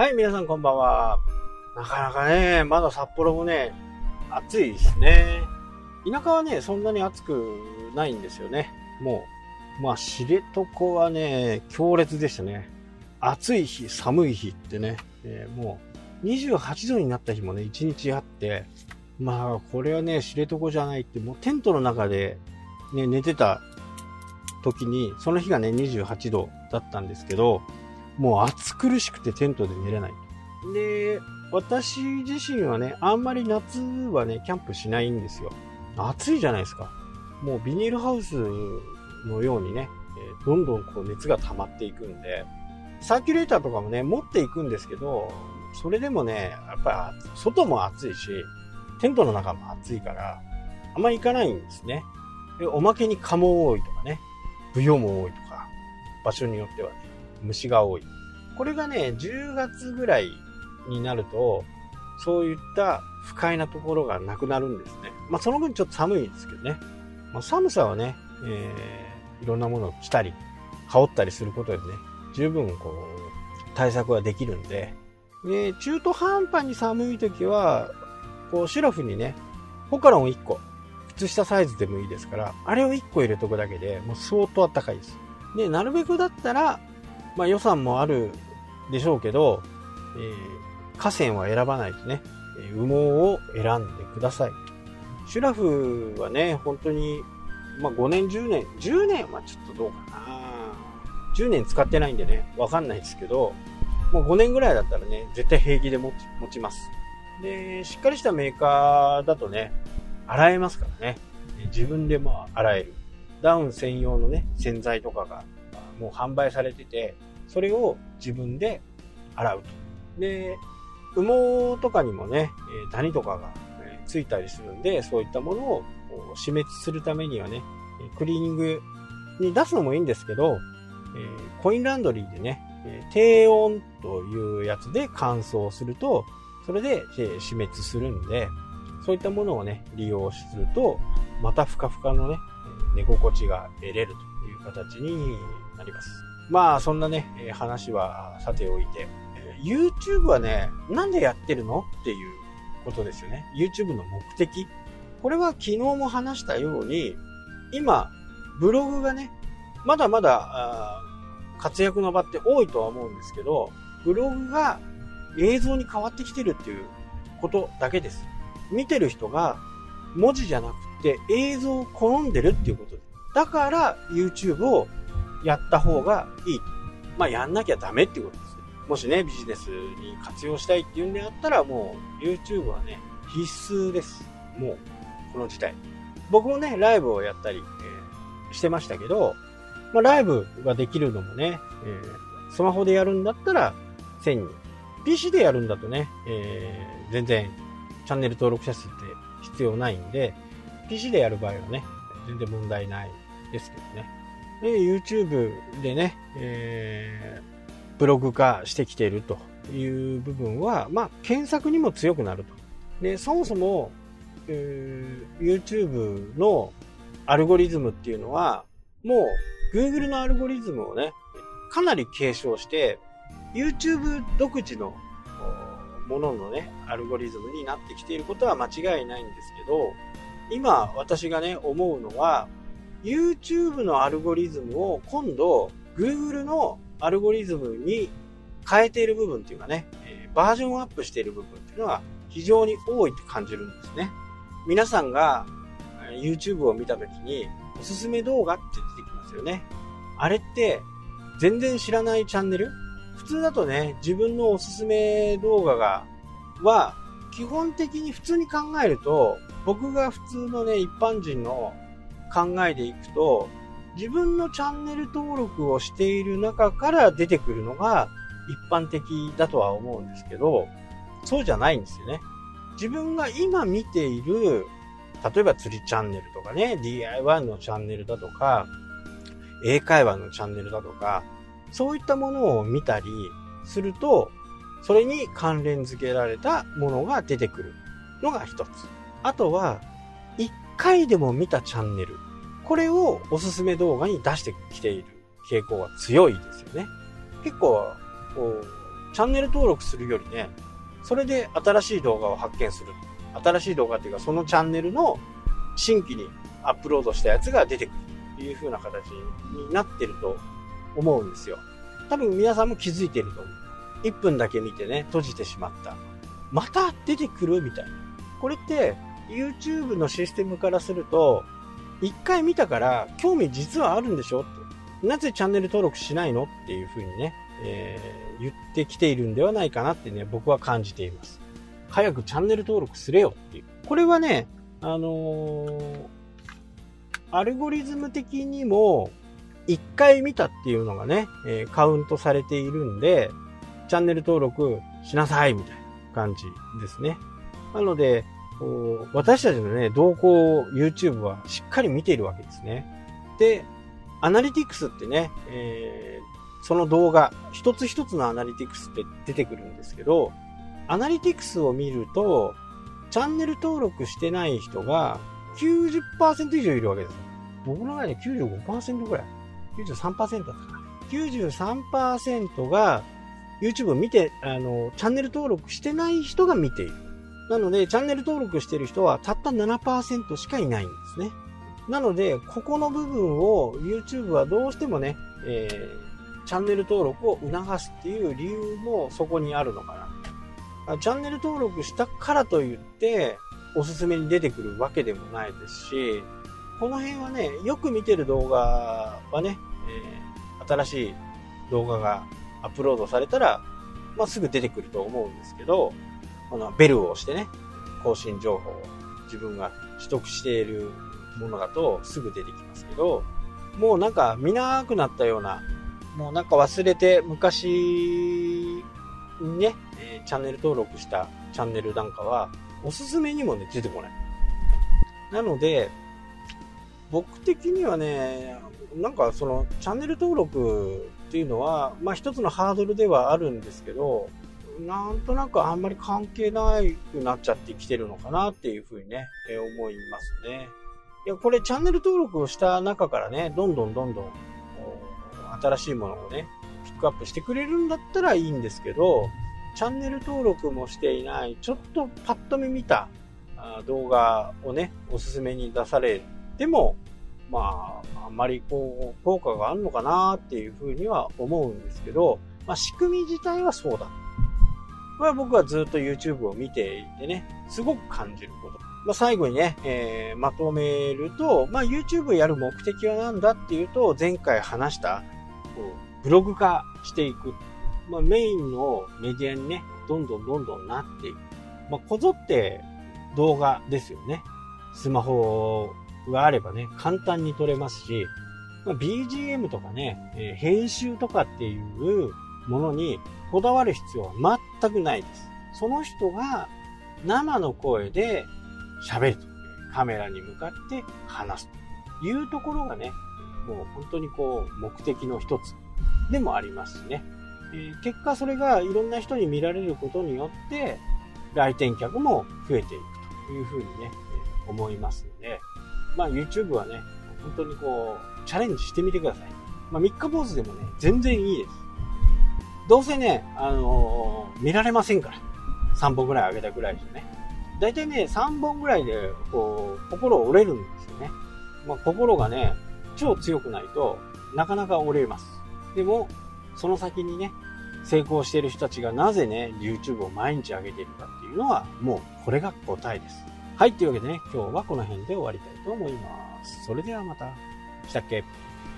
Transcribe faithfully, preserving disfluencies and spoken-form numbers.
はい、皆さんこんばんは。なかなかね、まだ札幌もね、暑いですね。田舎はね、そんなに暑くないんですよね。もう、まあ、知床はね、強烈でしたね。暑い日、寒い日ってね、えー、もう、にじゅうはちどになった日もね、いちにちあって、まあ、これはね、知床じゃないって、もうテントの中で、ね、寝てた時に、その日がね、にじゅうはちどだったんですけど、もう暑苦しくてテントで寝れない。で、私自身はね、あんまり夏はね、キャンプしないんですよ。暑いじゃないですか。もうビニールハウスのようにね、えー、どんどんこう熱が溜まっていくんで、サーキュレーターとかもね、持っていくんですけど、それでもね、やっぱり外も暑いし、テントの中も暑いから、あんまり行かないんですね。で、おまけに蚊も多いとかね、ブヨも多いとか、場所によってはね、虫が多い。これがね、じゅうがつぐらいになると、そういった不快なところがなくなるんですね。まあその分ちょっと寒いですけどね。まあ、寒さはね、えー、いろんなものを着たり、羽織ったりすることでね、十分こう、対策はできるんで、で、中途半端に寒い時は、こう、シュラフにね、ポカロンをいっこ、靴下サイズでもいいですから、あれをいっこ入れとくだけでもう相当暖かいです。で、なるべくだったら、まあ予算もあるでしょうけど、えー、河川は選ばないとね、羽毛を選んでください。シュラフはね、本当に、まあごねん、じゅうねん、じゅうねんはちょっとどうかな。じゅうねん使ってないんでね、わかんないですけど、もうごねんぐらいだったらね、絶対平気で持ち、持ちます。で、しっかりしたメーカーだとね、洗えますからね。自分でも洗える。ダウン専用のね、洗剤とかがもう販売されてて、それを自分で洗うと。で、羽毛とかにもね、ダニとかがついたりするんで、そういったものを死滅するためにはね、クリーニングに出すのもいいんですけど、コインランドリーでね、低温というやつで乾燥すると、それで死滅するんで、そういったものをね、利用すると、またふかふかのね、寝心地が得れるという形になります。まあ、そんなね、話はさておいて、YouTube はね、なんでやってるのっていうことですよね。YouTube の目的。これは昨日も話したように、今、ブログがね、まだまだ活躍の場って多いとは思うんですけど、ブログが映像に変わってきてるっていうことだけです。見てる人が文字じゃなくて映像を好んでるっていうことです。だから YouTube をやった方がいい。まあやんなきゃダメっていうことです。もしね、ビジネスに活用したいっていうんであったらもう YouTube はね、必須です。もう、この時代。僕もね、ライブをやったり、えー、してましたけど、まあライブができるのもね、えー、スマホでやるんだったらせんにん。ピーシー でやるんだとね、えー、全然チャンネル登録者数って必要ないんで、ピーシー でやる場合はね、全然問題ないですけどね。で、YouTube でね、えー、ブログ化してきているという部分は、まあ、検索にも強くなると。で、そもそも、えー、YouTube のアルゴリズムっていうのは、もう Google のアルゴリズムをね、かなり継承して、YouTube 独自のもののね、アルゴリズムになってきていることは間違いないんですけど、今私がね、思うのは、YouTube のアルゴリズムを今度 Google のアルゴリズムに変えている部分っていうかね、バージョンアップしている部分っていうのは非常に多いって感じるんですね。皆さんが YouTube を見たときにおすすめ動画って出てきますよね。あれって全然知らないチャンネル？普通だとね、自分のおすすめ動画が、は、基本的に普通に考えると、僕が普通のね、一般人の考えでいくと、自分のチャンネル登録をしている中から出てくるのが一般的だとは思うんですけど、そうじゃないんですよね。自分が今見ている、例えば釣りチャンネルとかね、ディーアイワイ のチャンネルだとか、英会話のチャンネルだとか、そういったものを見たりすると、それに関連付けられたものが出てくるのが一つ。あとは、一回でも見たチャンネル。これをおすすめ動画に出してきている傾向が強いですよね。結構、こうチャンネル登録するよりね、それで新しい動画を発見する。新しい動画っていうか、そのチャンネルの新規にアップロードしたやつが出てくるという風な形になってると思うんですよ。多分皆さんも気づいていると思う。いっぷんだけ見てね、閉じてしまった。また出てくるみたいな。これって YouTube のシステムからすると、いっかい見たから興味実はあるんでしょって。なぜチャンネル登録しないのっていう風にね、えー、言ってきているんではないかなってね、僕は感じています。早くチャンネル登録すれよっていう。これはね、あのー、アルゴリズム的にもいっかい見たっていうのがね、えー、カウントされているんで、チャンネル登録しなさいみたいな感じですね。なので、私たちのね、動向を YouTube はしっかり見ているわけですね。で、アナリティクスってね、えー、その動画、一つ一つのアナリティクスって出てくるんですけど、アナリティクスを見ると、チャンネル登録してない人が きゅうじゅっパーセント 以上いるわけです。僕の中で きゅうじゅうごパーセント ぐらい。きゅうじゅうさんパーセント だったかな。きゅうじゅうさんパーセント が YouTube を見て、あの、チャンネル登録してない人が見ている。なので、チャンネル登録している人はたった ななパーセント しかいないんですね。なので、ここの部分を YouTube はどうしてもね、えー、チャンネル登録を促すっていう理由もそこにあるのかな。チャンネル登録したからといって、おすすめに出てくるわけでもないですし、この辺はね、よく見てる動画はね、えー、新しい動画がアップロードされたら、まあ、すぐ出てくると思うんですけど、このベルを押してね、更新情報を自分が取得しているものだとすぐ出てきますけど、もうなんか見なくなったような、もうなんか忘れて昔にね、えー、チャンネル登録したチャンネルなんかはおすすめにもね出てこない。なので僕的にはね、なんかそのチャンネル登録っていうのはまあ一つのハードルではあるんですけど、なんとなくあんまり関係なくなっちゃってきてるのかなっていうふうにね、えー、思いますね。いや、これチャンネル登録をした中からね、どんどんどんどん新しいものをね、ピックアップしてくれるんだったらいいんですけど、チャンネル登録もしていない、ちょっとパッと見見た動画をね、おすすめに出されても、まあ、あんまりこう、効果があるのかなっていうふうには思うんですけど、まあ仕組み自体はそうだ。これは僕はずっと YouTube を見ていてね、すごく感じること。まあ、最後にね、えー、まとめると、まあ、YouTube をやる目的は何だっていうと、前回話したこうブログ化していく、まあ、メインのメディアにね、どんどんどんどんなっていく。まあ、こぞって動画ですよね。スマホがあればね、簡単に撮れますし、まあ、ビージーエム とかね、えー、編集とかっていうものにこだわる必要は全くないです。その人が生の声で喋ると。カメラに向かって話すというところがね、もう本当にこう目的の一つでもありますしね。えー、結果それがいろんな人に見られることによって来店客も増えていくというふうにね、えー、思いますので、まあ YouTube はね、本当にこうチャレンジしてみてください。まあみっか坊主でもね、全然いいです。どうせね、あのー、見られませんから。さんぼんぐらい上げたぐらいですよね。だいたいね、さんぼんぐらいで、こう、心折れるんですよね。まあ、心がね、超強くないとなかなか折れます。でも、その先にね、成功している人たちがなぜね、YouTube を毎日上げているかっていうのは、もうこれが答えです。はい、というわけでね、今日はこの辺で終わりたいと思います。それではまた。したっけ？